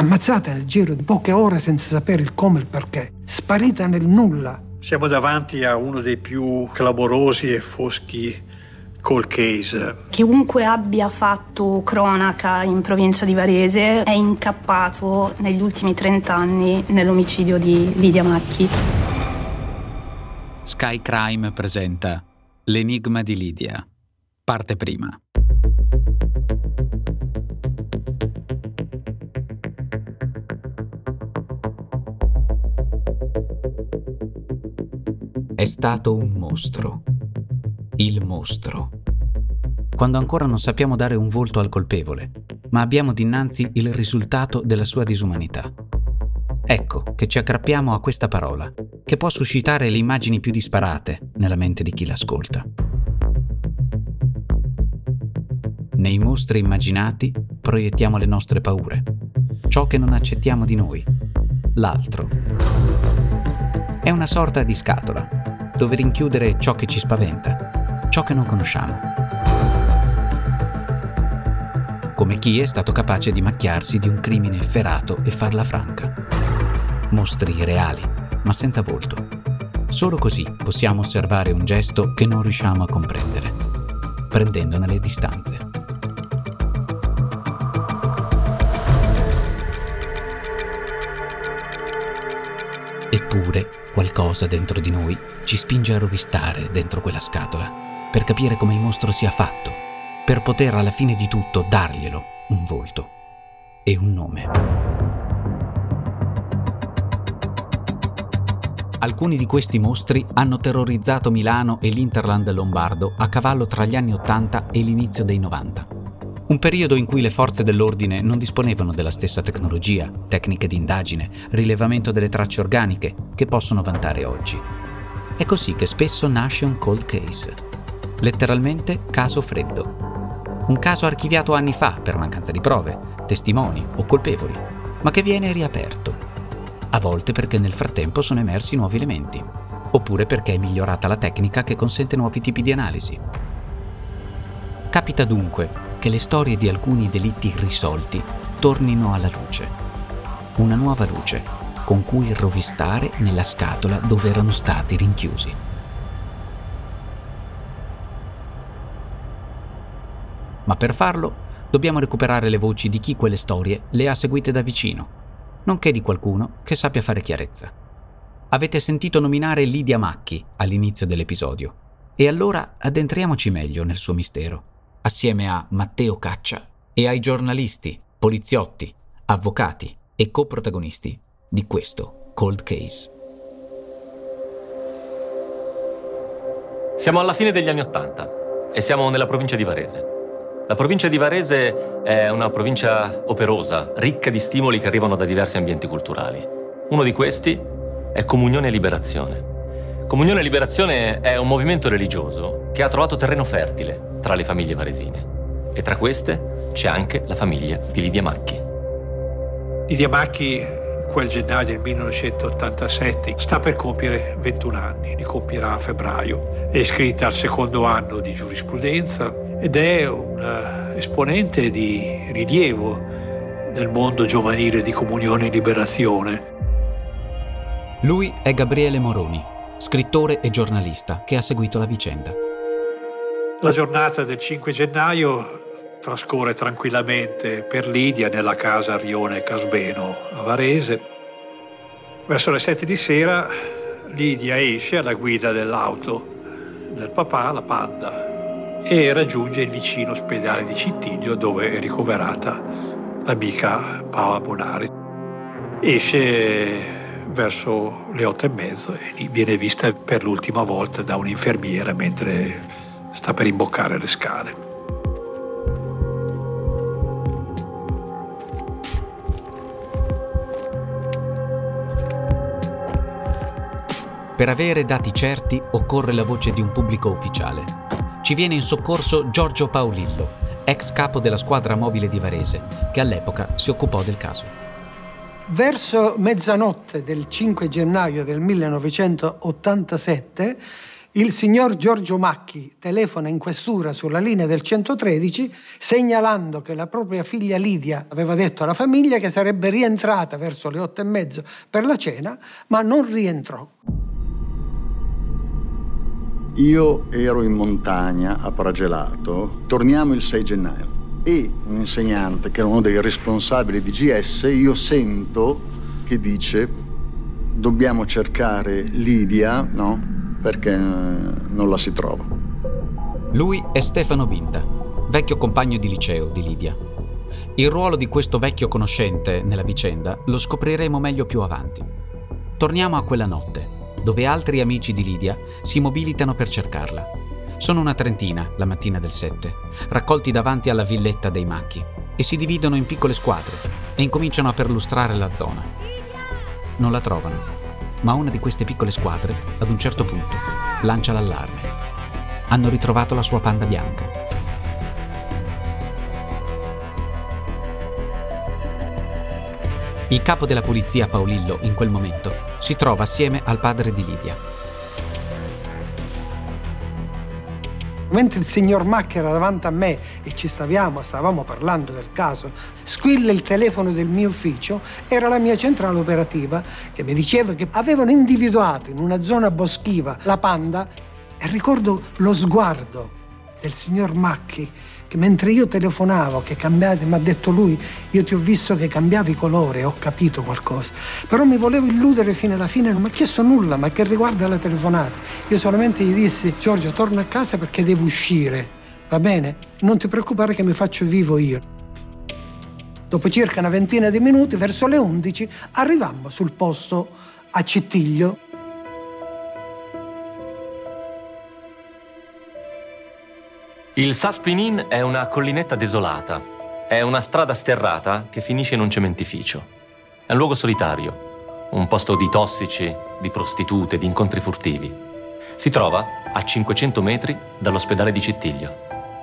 ammazzata nel giro di poche ore senza sapere il come e il perché, sparita nel nulla. Siamo davanti a uno dei più clamorosi e foschi cold case. Chiunque abbia fatto cronaca in provincia di Varese è incappato negli ultimi 30 anni nell'omicidio di Lidia Macchi. Sky Crime presenta L'enigma di Lidia, parte prima. È stato un mostro. Il mostro. Quando ancora non sappiamo dare un volto al colpevole, ma abbiamo dinanzi il risultato della sua disumanità. Ecco che ci aggrappiamo a questa parola, che può suscitare le immagini più disparate nella mente di chi l'ascolta. Nei mostri immaginati proiettiamo le nostre paure, ciò che non accettiamo di noi, l'altro. È una sorta di scatola, dove rinchiudere ciò che ci spaventa, ciò che non conosciamo. Come chi è stato capace di macchiarsi di un crimine efferato e farla franca. Mostri reali, ma senza volto. Solo così possiamo osservare un gesto che non riusciamo a comprendere, prendendone le distanze. Eppure, qualcosa dentro di noi ci spinge a rovistare dentro quella scatola, per capire come il mostro sia fatto, per poter alla fine di tutto darglielo un volto e un nome. Alcuni di questi mostri hanno terrorizzato Milano e l'Interland lombardo a cavallo tra gli anni 80 e l'inizio dei 90. Un periodo in cui le forze dell'ordine non disponevano della stessa tecnologia, tecniche di indagine, rilevamento delle tracce organiche che possono vantare oggi. È così che spesso nasce un cold case, letteralmente caso freddo. Un caso archiviato anni fa per mancanza di prove, testimoni o colpevoli, ma che viene riaperto. A volte perché nel frattempo sono emersi nuovi elementi, oppure perché è migliorata la tecnica che consente nuovi tipi di analisi. Capita dunque che le storie di alcuni delitti irrisolti tornino alla luce. Una nuova luce con cui rovistare nella scatola dove erano stati rinchiusi. Ma per farlo dobbiamo recuperare le voci di chi quelle storie le ha seguite da vicino, nonché di qualcuno che sappia fare chiarezza. Avete sentito nominare Lidia Macchi all'inizio dell'episodio, e allora addentriamoci meglio nel suo mistero, assieme a Matteo Caccia e ai giornalisti, poliziotti, avvocati e coprotagonisti di questo cold case. Siamo alla fine degli anni '80 e siamo nella provincia di Varese. La provincia di Varese è una provincia operosa, ricca di stimoli che arrivano da diversi ambienti culturali. Uno di questi è Comunione e Liberazione. Comunione e Liberazione è un movimento religioso che ha trovato terreno fertile tra le famiglie varesine. E tra queste c'è anche la famiglia di Lidia Macchi. Lidia Macchi, in quel gennaio del 1987, sta per compiere 21 anni, li compierà a febbraio. È iscritta al secondo anno di giurisprudenza ed è un esponente di rilievo nel mondo giovanile di Comunione e Liberazione. Lui è Gabriele Moroni, scrittore e giornalista che ha seguito la vicenda. La giornata del 5 gennaio trascorre tranquillamente per Lidia nella casa Rione Casbeno a Varese. Verso le 7 di sera Lidia esce alla guida dell'auto del papà, la Panda, e raggiunge il vicino ospedale di Cittiglio dove è ricoverata l'amica Paola Bonari. Esce verso le 8:30 e lì viene vista per l'ultima volta da un'infermiera mentre sta per imboccare le scale. Per avere dati certi occorre la voce di un pubblico ufficiale. Ci viene in soccorso Giorgio Paolillo, ex capo della squadra mobile di Varese, che all'epoca si occupò del caso. Verso mezzanotte del 5 gennaio del 1987 Il signor Giorgio Macchi telefona in questura sulla linea del 113 segnalando che la propria figlia Lidia aveva detto alla famiglia che sarebbe rientrata verso le 8:30 per la cena, ma non rientrò. Io ero in montagna a Pragelato, torniamo il 6 gennaio e un insegnante che era uno dei responsabili di GS, io sento che dice dobbiamo cercare Lidia, no? Perché non la si trova. Lui è Stefano Binda, vecchio compagno di liceo di Lidia. Il ruolo di questo vecchio conoscente nella vicenda lo scopriremo meglio più avanti. Torniamo a quella notte, dove altri amici di Lidia si mobilitano per cercarla. Sono una trentina la mattina del 7, raccolti davanti alla villetta dei Macchi, e si dividono in piccole squadre e incominciano a perlustrare la zona. Non la trovano, ma una di queste piccole squadre, ad un certo punto, lancia l'allarme. Hanno ritrovato la sua Panda bianca. Il capo della polizia Paolillo, in quel momento, si trova assieme al padre di Lidia. Mentre il signor Macchi era davanti a me e stavamo parlando del caso, squilla il telefono del mio ufficio, era la mia centrale operativa che mi diceva che avevano individuato in una zona boschiva la Panda, e ricordo lo sguardo del signor Macchi che mentre io telefonavo, che cambiate, mi ha detto lui, io ti ho visto che cambiavi colore, ho capito qualcosa, però mi volevo illudere fino alla fine, non mi ha chiesto nulla, ma che riguarda la telefonata. Io solamente gli dissi: Giorgio, torna a casa perché devo uscire, va bene? Non ti preoccupare che mi faccio vivo io. Dopo circa una ventina di minuti, verso le 11, arrivammo sul posto a Cittiglio. Il Saspinin è una collinetta desolata. È una strada sterrata che finisce in un cementificio. È un luogo solitario, un posto di tossici, di prostitute, di incontri furtivi. Si trova a 500 metri dall'ospedale di Cittiglio.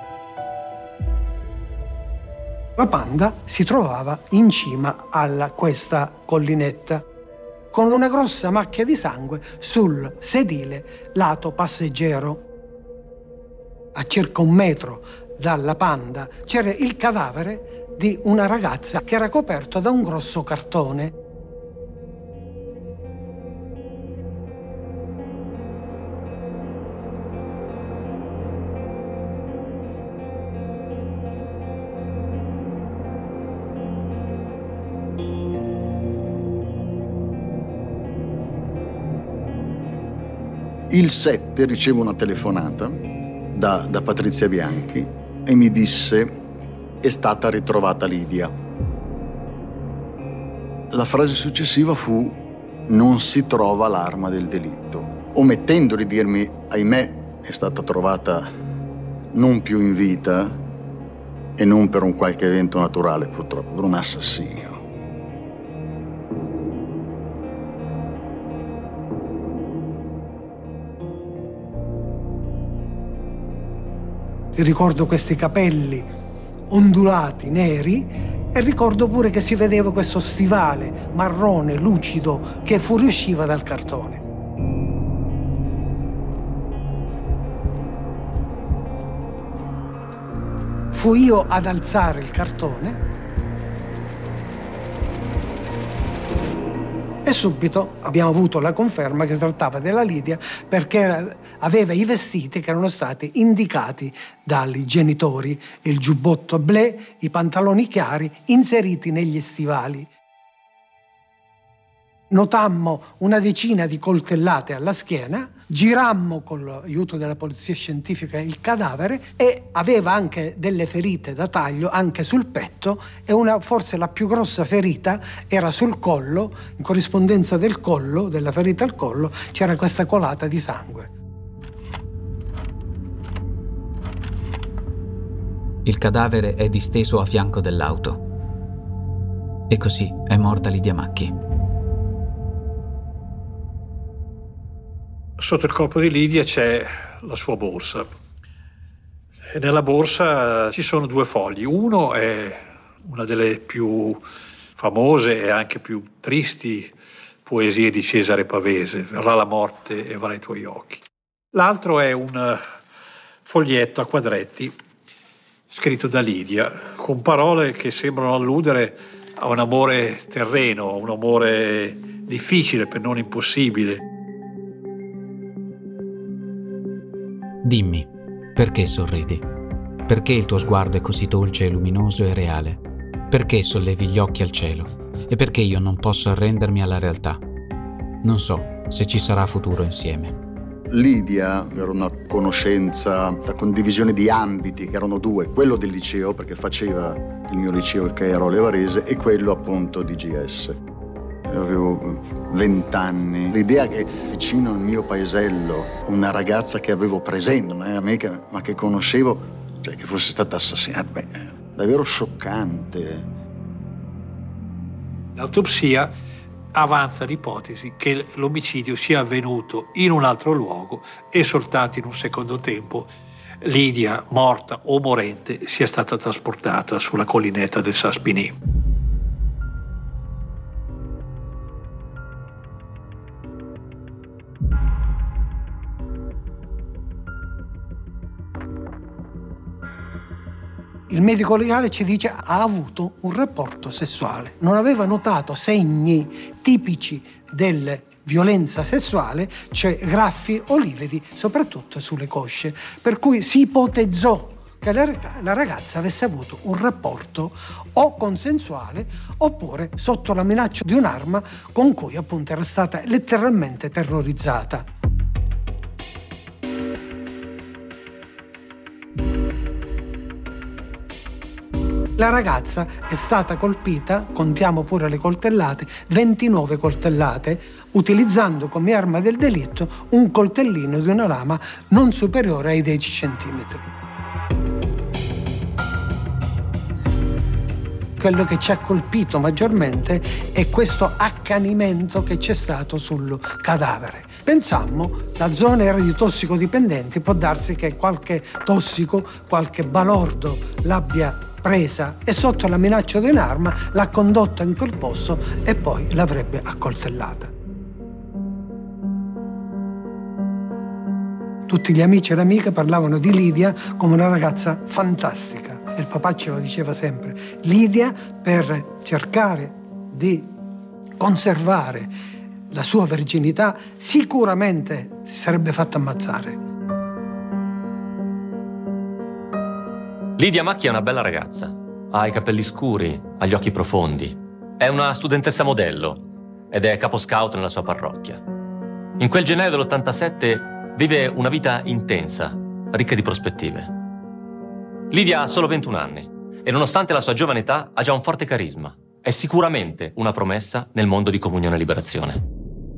La Panda si trovava in cima a questa collinetta, con una grossa macchia di sangue sul sedile lato passeggero. A circa 1 metro dalla Panda c'era il cadavere di una ragazza che era coperto da un grosso cartone. Il 7 ricevo una telefonata da Patrizia Bianchi e mi disse: è stata ritrovata Lidia. La frase successiva fu: non si trova l'arma del delitto, omettendo di dirmi: ahimè, è stata trovata non più in vita e non per un qualche evento naturale, purtroppo, per un assassinio. Ricordo questi capelli ondulati, neri, e ricordo pure che si vedeva questo stivale marrone, lucido, che fuoriusciva dal cartone. Fui io ad alzare il cartone e subito abbiamo avuto la conferma che si trattava della Lidia, perché aveva i vestiti che erano stati indicati dai genitori, il giubbotto bleu, i pantaloni chiari inseriti negli stivali. Notammo una decina di coltellate alla schiena, girammo con l'aiuto della polizia scientifica il cadavere e aveva anche delle ferite da taglio anche sul petto, e forse la più grossa ferita era sul collo. In corrispondenza del collo, della ferita al collo, c'era questa colata di sangue. Il cadavere è disteso a fianco dell'auto. E così è morta Lidia Macchi. Sotto il corpo di Lidia c'è la sua borsa. E nella borsa ci sono 2 fogli. Uno è una delle più famose e anche più tristi poesie di Cesare Pavese: verrà la morte e varrà i tuoi occhi. L'altro è un foglietto a quadretti scritto da Lidia, con parole che sembrano alludere a un amore terreno, un amore difficile per non impossibile. Dimmi, perché sorridi? Perché il tuo sguardo è così dolce e luminoso e reale? Perché sollevi gli occhi al cielo? E perché io non posso arrendermi alla realtà? Non so se ci sarà futuro insieme. Lidia era una conoscenza, la condivisione di ambiti, che erano due, quello del liceo, perché faceva il mio liceo, il Cairo, le Varese, e quello appunto di GS. Io avevo 20 anni. L'idea che vicino al mio paesello una ragazza che avevo presente, non era mica, ma che conoscevo, cioè che fosse stata assassinata, davvero scioccante. L'autopsia avanza l'ipotesi che l'omicidio sia avvenuto in un altro luogo e soltanto in un secondo tempo Lidia, morta o morente, sia stata trasportata sulla collinetta del Saspinì. Il medico legale ci dice ha avuto un rapporto sessuale. Non aveva notato segni tipici della violenza sessuale, cioè graffi o lividi, soprattutto sulle cosce. Per cui si ipotizzò che la ragazza avesse avuto un rapporto o consensuale oppure sotto la minaccia di un'arma con cui appunto era stata letteralmente terrorizzata. La ragazza è stata colpita, contiamo pure le coltellate, 29 coltellate, utilizzando come arma del delitto un coltellino di una lama non superiore ai 10 centimetri. Quello che ci ha colpito maggiormente è questo accanimento che c'è stato sul cadavere. Pensammo, la zona era di tossicodipendenti, può darsi che qualche tossico, qualche balordo l'abbia presa e sotto la minaccia di un'arma l'ha condotta in quel posto e poi l'avrebbe accoltellata. Tutti gli amici e le amiche parlavano di Lidia come una ragazza fantastica. Il papà ce lo diceva sempre. Lidia, per cercare di conservare la sua verginità, sicuramente si sarebbe fatta ammazzare. Lidia Macchi è una bella ragazza. Ha i capelli scuri, ha gli occhi profondi. È una studentessa modello ed è capo scout nella sua parrocchia. In quel gennaio dell'87 vive una vita intensa, ricca di prospettive. Lidia ha solo 21 anni e nonostante la sua giovane età ha già un forte carisma. È sicuramente una promessa nel mondo di Comunione e Liberazione.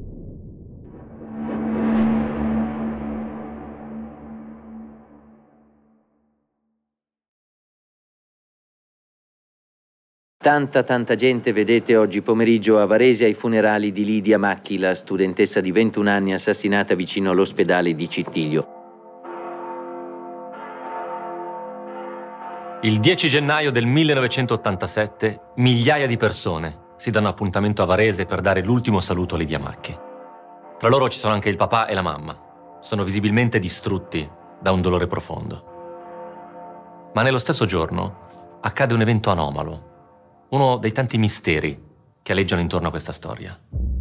Tanta gente vedete oggi pomeriggio a Varese ai funerali di Lidia Macchi, la studentessa di 21 anni assassinata vicino all'ospedale di Cittiglio. Il 10 gennaio del 1987 migliaia di persone si danno appuntamento a Varese per dare l'ultimo saluto a Lidia Macchi. Tra loro ci sono anche il papà e la mamma. Sono visibilmente distrutti da un dolore profondo. Ma nello stesso giorno accade un evento anomalo. Uno dei tanti misteri che aleggiano intorno a questa storia.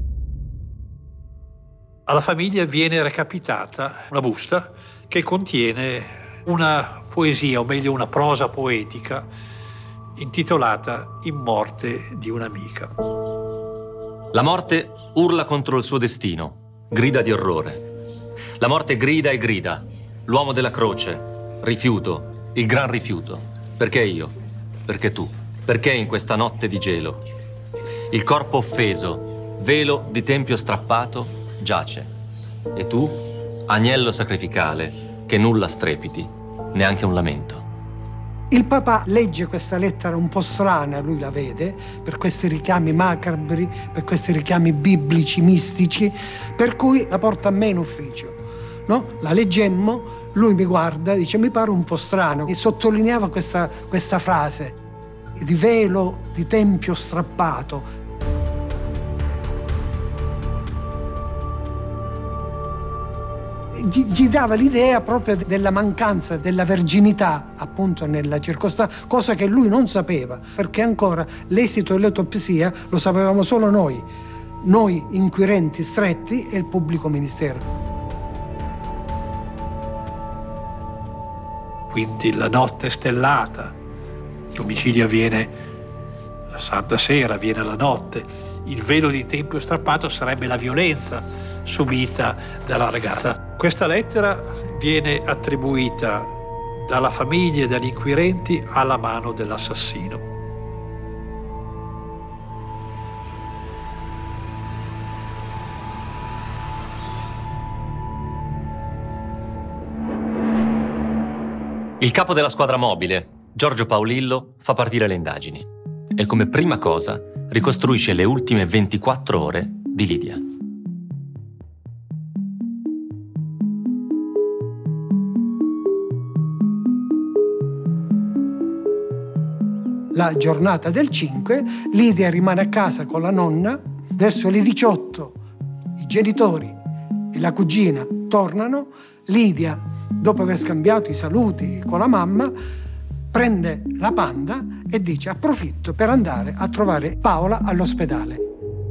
Alla famiglia viene recapitata una busta che contiene una poesia, o meglio una prosa poetica, intitolata In morte di un'amica. La morte urla contro il suo destino, grida di orrore. La morte grida e grida. L'uomo della croce, rifiuto, il gran rifiuto. Perché io? Perché tu? Perché in questa notte di gelo? Il corpo offeso, velo di tempio strappato, giace. E tu, agnello sacrificale, che nulla strepiti, neanche un lamento. Il papà legge questa lettera un po' strana, lui la vede, per questi richiami macabri, per questi richiami biblici, mistici, per cui la porta a me in ufficio. No? La leggemmo, lui mi guarda, dice mi pare un po' strano, e sottolineava questa frase. Di velo di tempio strappato. gli dava l'idea proprio della mancanza della verginità, appunto, nella circostanza, cosa che lui non sapeva, perché ancora l'esito dell'autopsia lo sapevamo solo noi inquirenti stretti e il pubblico ministero. Quindi la notte stellata, l'omicidio avviene la santa sera, avviene la notte, il velo di tempo strappato sarebbe la violenza subita dalla ragazza. Questa lettera viene attribuita dalla famiglia e dagli inquirenti alla mano dell'assassino. Il capo della squadra mobile, Giorgio Paolillo, fa partire le indagini e come prima cosa ricostruisce le ultime 24 ore di Lidia. La giornata del 5, Lidia rimane a casa con la nonna. Verso le 18 i genitori e la cugina tornano. Lidia, dopo aver scambiato i saluti con la mamma, prende la Panda e dice: approfitto per andare a trovare Paola all'ospedale.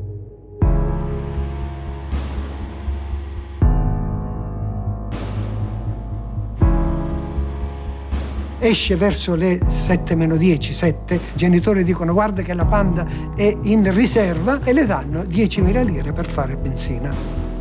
Esce verso le 7-10, 7, i genitori dicono: guarda che la Panda è in riserva, e le danno 10.000 lire per fare benzina.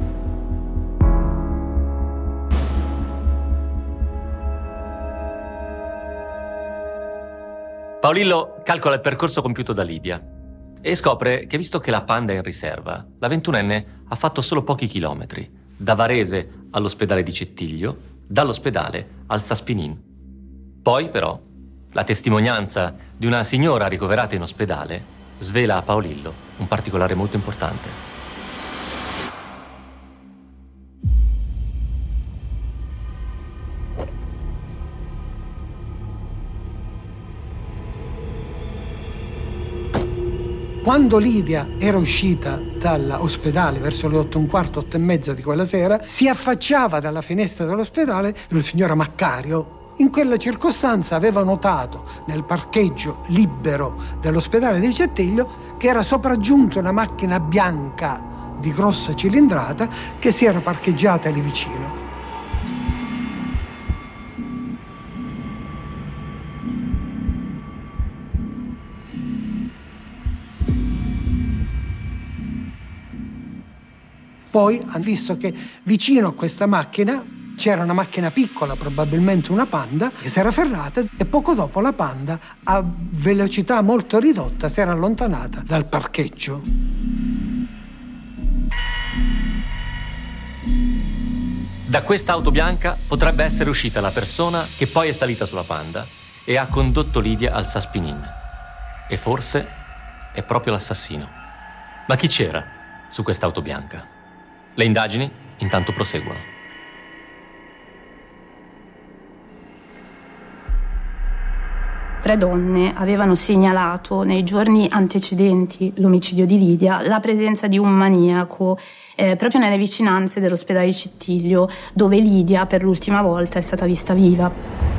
Paolillo calcola il percorso compiuto da Lidia e scopre che, visto che la Panda è in riserva, la 21enne ha fatto solo pochi chilometri, da Varese all'ospedale di Cettiglio, dall'ospedale al Saspinin. Poi, però, la testimonianza di una signora ricoverata in ospedale svela a Paolillo un particolare molto importante. Quando Lidia era uscita dall'ospedale verso le 8:15, 8:30 di quella sera, si affacciava dalla finestra dell'ospedale una signora Maccario. In quella circostanza aveva notato nel parcheggio libero dell'ospedale di Cettiglio che era sopraggiunta una macchina bianca di grossa cilindrata che si era parcheggiata lì vicino. Poi hanno visto che vicino a questa macchina c'era una macchina piccola, probabilmente una Panda, che si era ferrata, e poco dopo la Panda, a velocità molto ridotta, si era allontanata dal parcheggio. Da questa auto bianca potrebbe essere uscita la persona che poi è salita sulla Panda e ha condotto Lidia al Saspinin. E forse è proprio l'assassino. Ma chi c'era su quest'auto bianca? Le indagini intanto proseguono. Tre donne avevano segnalato nei giorni antecedenti l'omicidio di Lidia la presenza di un maniaco proprio nelle vicinanze dell'ospedale di Cettiglio, dove Lidia per l'ultima volta è stata vista viva.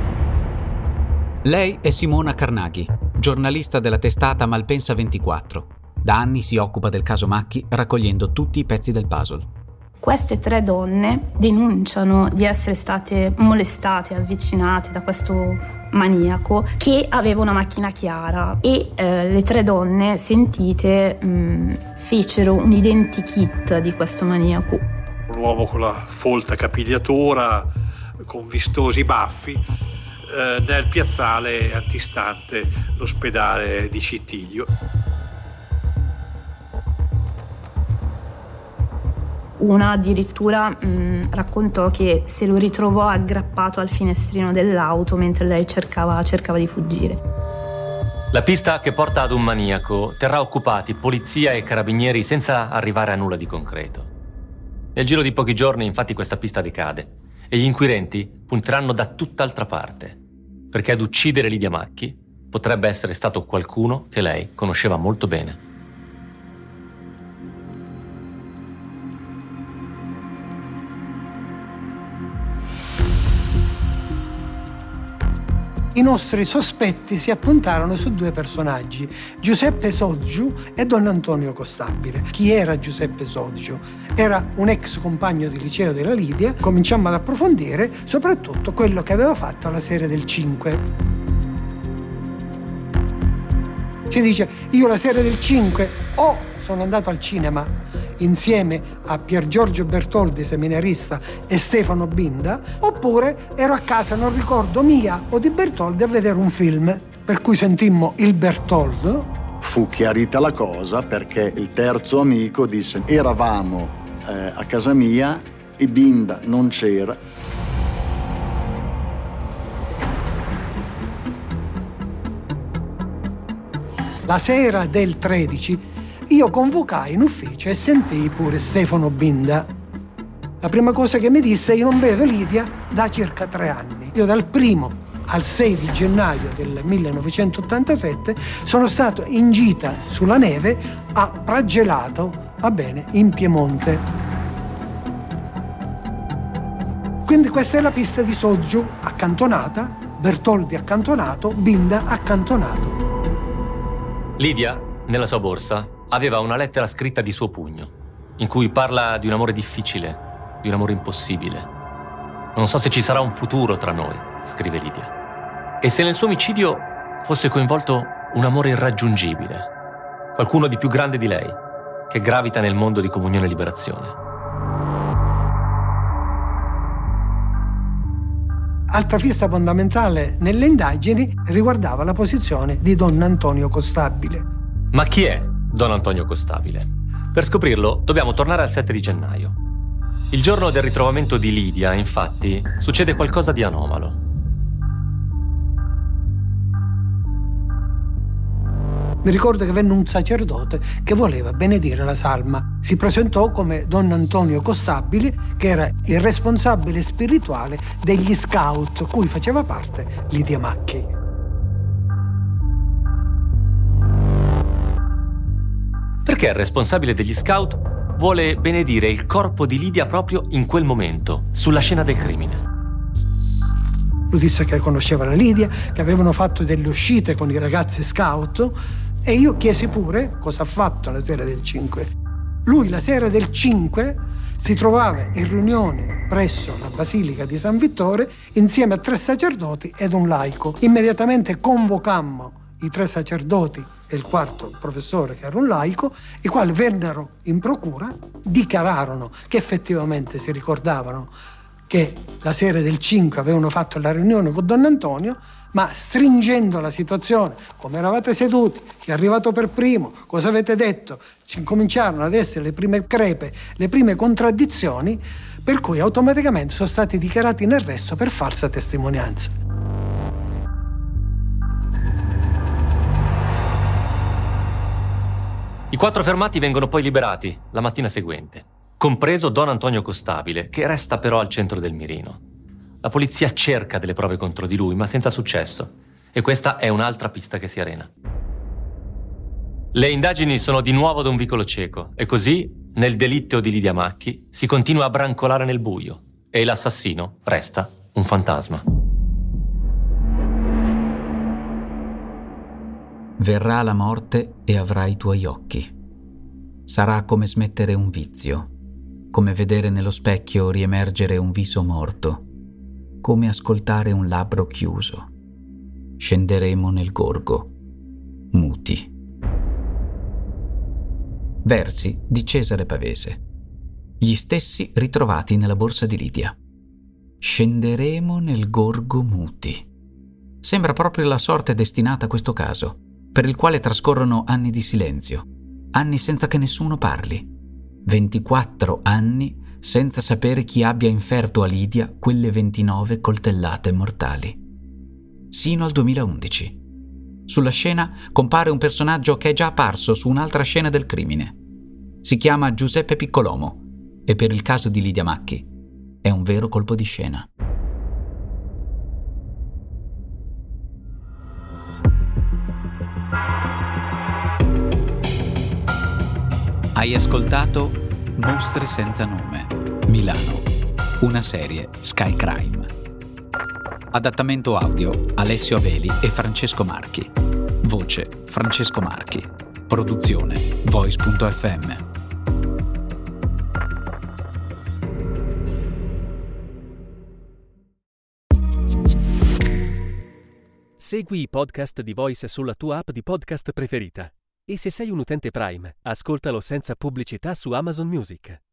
Lei è Simona Carnaghi, giornalista della testata Malpensa 24. Da anni si occupa del caso Macchi raccogliendo tutti i pezzi del puzzle. Queste tre donne denunciano di essere state molestate, avvicinate da questo maniaco che aveva una macchina chiara, e le tre donne sentite fecero un identikit di questo maniaco. Un uomo con la folta capigliatura, con vistosi baffi, nel piazzale antistante l'ospedale di Cettiglio. Una addirittura raccontò che se lo ritrovò aggrappato al finestrino dell'auto mentre lei cercava di fuggire. La pista che porta ad un maniaco terrà occupati polizia e carabinieri senza arrivare a nulla di concreto. Nel giro di pochi giorni, infatti, questa pista decade e gli inquirenti punteranno da tutt'altra parte, perché ad uccidere Lidia Macchi potrebbe essere stato qualcuno che lei conosceva molto bene. i nostri sospetti si appuntarono su due personaggi, Giuseppe Soggiu e Don Antonio Costabile. Chi era Giuseppe Soggiu? Era un ex compagno di liceo della Lidia. Cominciamo ad approfondire soprattutto quello che aveva fatto la sera del 5. Ci dice: io la sera del 5 sono andato al cinema insieme a Pier Giorgio Bertoldi, seminarista, e Stefano Binda, oppure ero a casa, non ricordo mia o di Bertoldi, a vedere un film. Per cui sentimmo il Bertoldo. Fu chiarita la cosa perché il terzo amico disse: eravamo a casa mia e Binda non c'era. La sera del 13 io convocai in ufficio e sentii pure Stefano Binda. La prima cosa che mi disse: io non vedo Lidia da circa 3 anni. Io dal 1 al 6 di gennaio del 1987 sono stato in gita sulla neve a Pragelato, va bene, in Piemonte. Quindi questa è la pista di Soggiu accantonata, Bertoldi accantonato, Binda accantonato. Lidia, nella sua borsa, aveva una lettera scritta di suo pugno, in cui parla di un amore difficile, di un amore impossibile. Non so se ci sarà un futuro tra noi, scrive Lidia. E se nel suo omicidio fosse coinvolto un amore irraggiungibile, qualcuno di più grande di lei, che gravita nel mondo di Comunione e Liberazione. Altra pista fondamentale nelle indagini riguardava la posizione di Don Antonio Costabile. Ma chi è Don Antonio Costabile? Per scoprirlo dobbiamo tornare al 7 di gennaio. Il giorno del ritrovamento di Lidia, infatti, succede qualcosa di anomalo. Mi ricordo che venne un sacerdote che voleva benedire la salma. Si presentò come Don Antonio Costabile, che era il responsabile spirituale degli scout, cui faceva parte Lidia Macchi. Perché il responsabile degli scout vuole benedire il corpo di Lidia proprio in quel momento, sulla scena del crimine? Lui disse che conosceva la Lidia, che avevano fatto delle uscite con i ragazzi scout, e io chiesi pure cosa ha fatto la sera del 5. Lui la sera del 5 si trovava in riunione presso la Basilica di San Vittore insieme a 3 sacerdoti ed un laico. Immediatamente convocammo i 3 sacerdoti e il 4º professore, che era un laico, i quali vennero in procura, dichiararono che effettivamente si ricordavano che la sera del 5 avevano fatto la riunione con Don Antonio, ma stringendo la situazione, come eravate seduti, chi è arrivato per primo, cosa avete detto, ci cominciarono ad essere le prime crepe, le prime contraddizioni, per cui automaticamente sono stati dichiarati in arresto per falsa testimonianza. I 4 fermati vengono poi liberati la mattina seguente, compreso Don Antonio Costabile, che resta però al centro del mirino. La polizia cerca delle prove contro di lui, ma senza successo. E questa è un'altra pista che si arena. Le indagini sono di nuovo ad un vicolo cieco, e così, nel delitto di Lidia Macchi, si continua a brancolare nel buio, e l'assassino resta un fantasma. Verrà la morte e avrai i tuoi occhi. Sarà come smettere un vizio, come vedere nello specchio riemergere un viso morto, come ascoltare un labbro chiuso. Scenderemo nel gorgo, muti. Versi di Cesare Pavese, gli stessi ritrovati nella borsa di Lidia. Scenderemo nel gorgo muti. Sembra proprio la sorte destinata a questo caso, per il quale trascorrono anni di silenzio, anni senza che nessuno parli. 24 anni senza sapere chi abbia inferto a Lidia quelle 29 coltellate mortali. Sino al 2011. Sulla scena compare un personaggio che è già apparso su un'altra scena del crimine. Si chiama Giuseppe Piccolomo e per il caso di Lidia Macchi è un vero colpo di scena. Hai ascoltato Mostri senza nome, Milano, una serie Sky Crime. Adattamento audio Alessio Aveli e Francesco Marchi. Voce Francesco Marchi. Produzione Voice.fm. Segui i podcast di Voice sulla tua app di podcast preferita. E se sei un utente Prime, ascoltalo senza pubblicità su Amazon Music.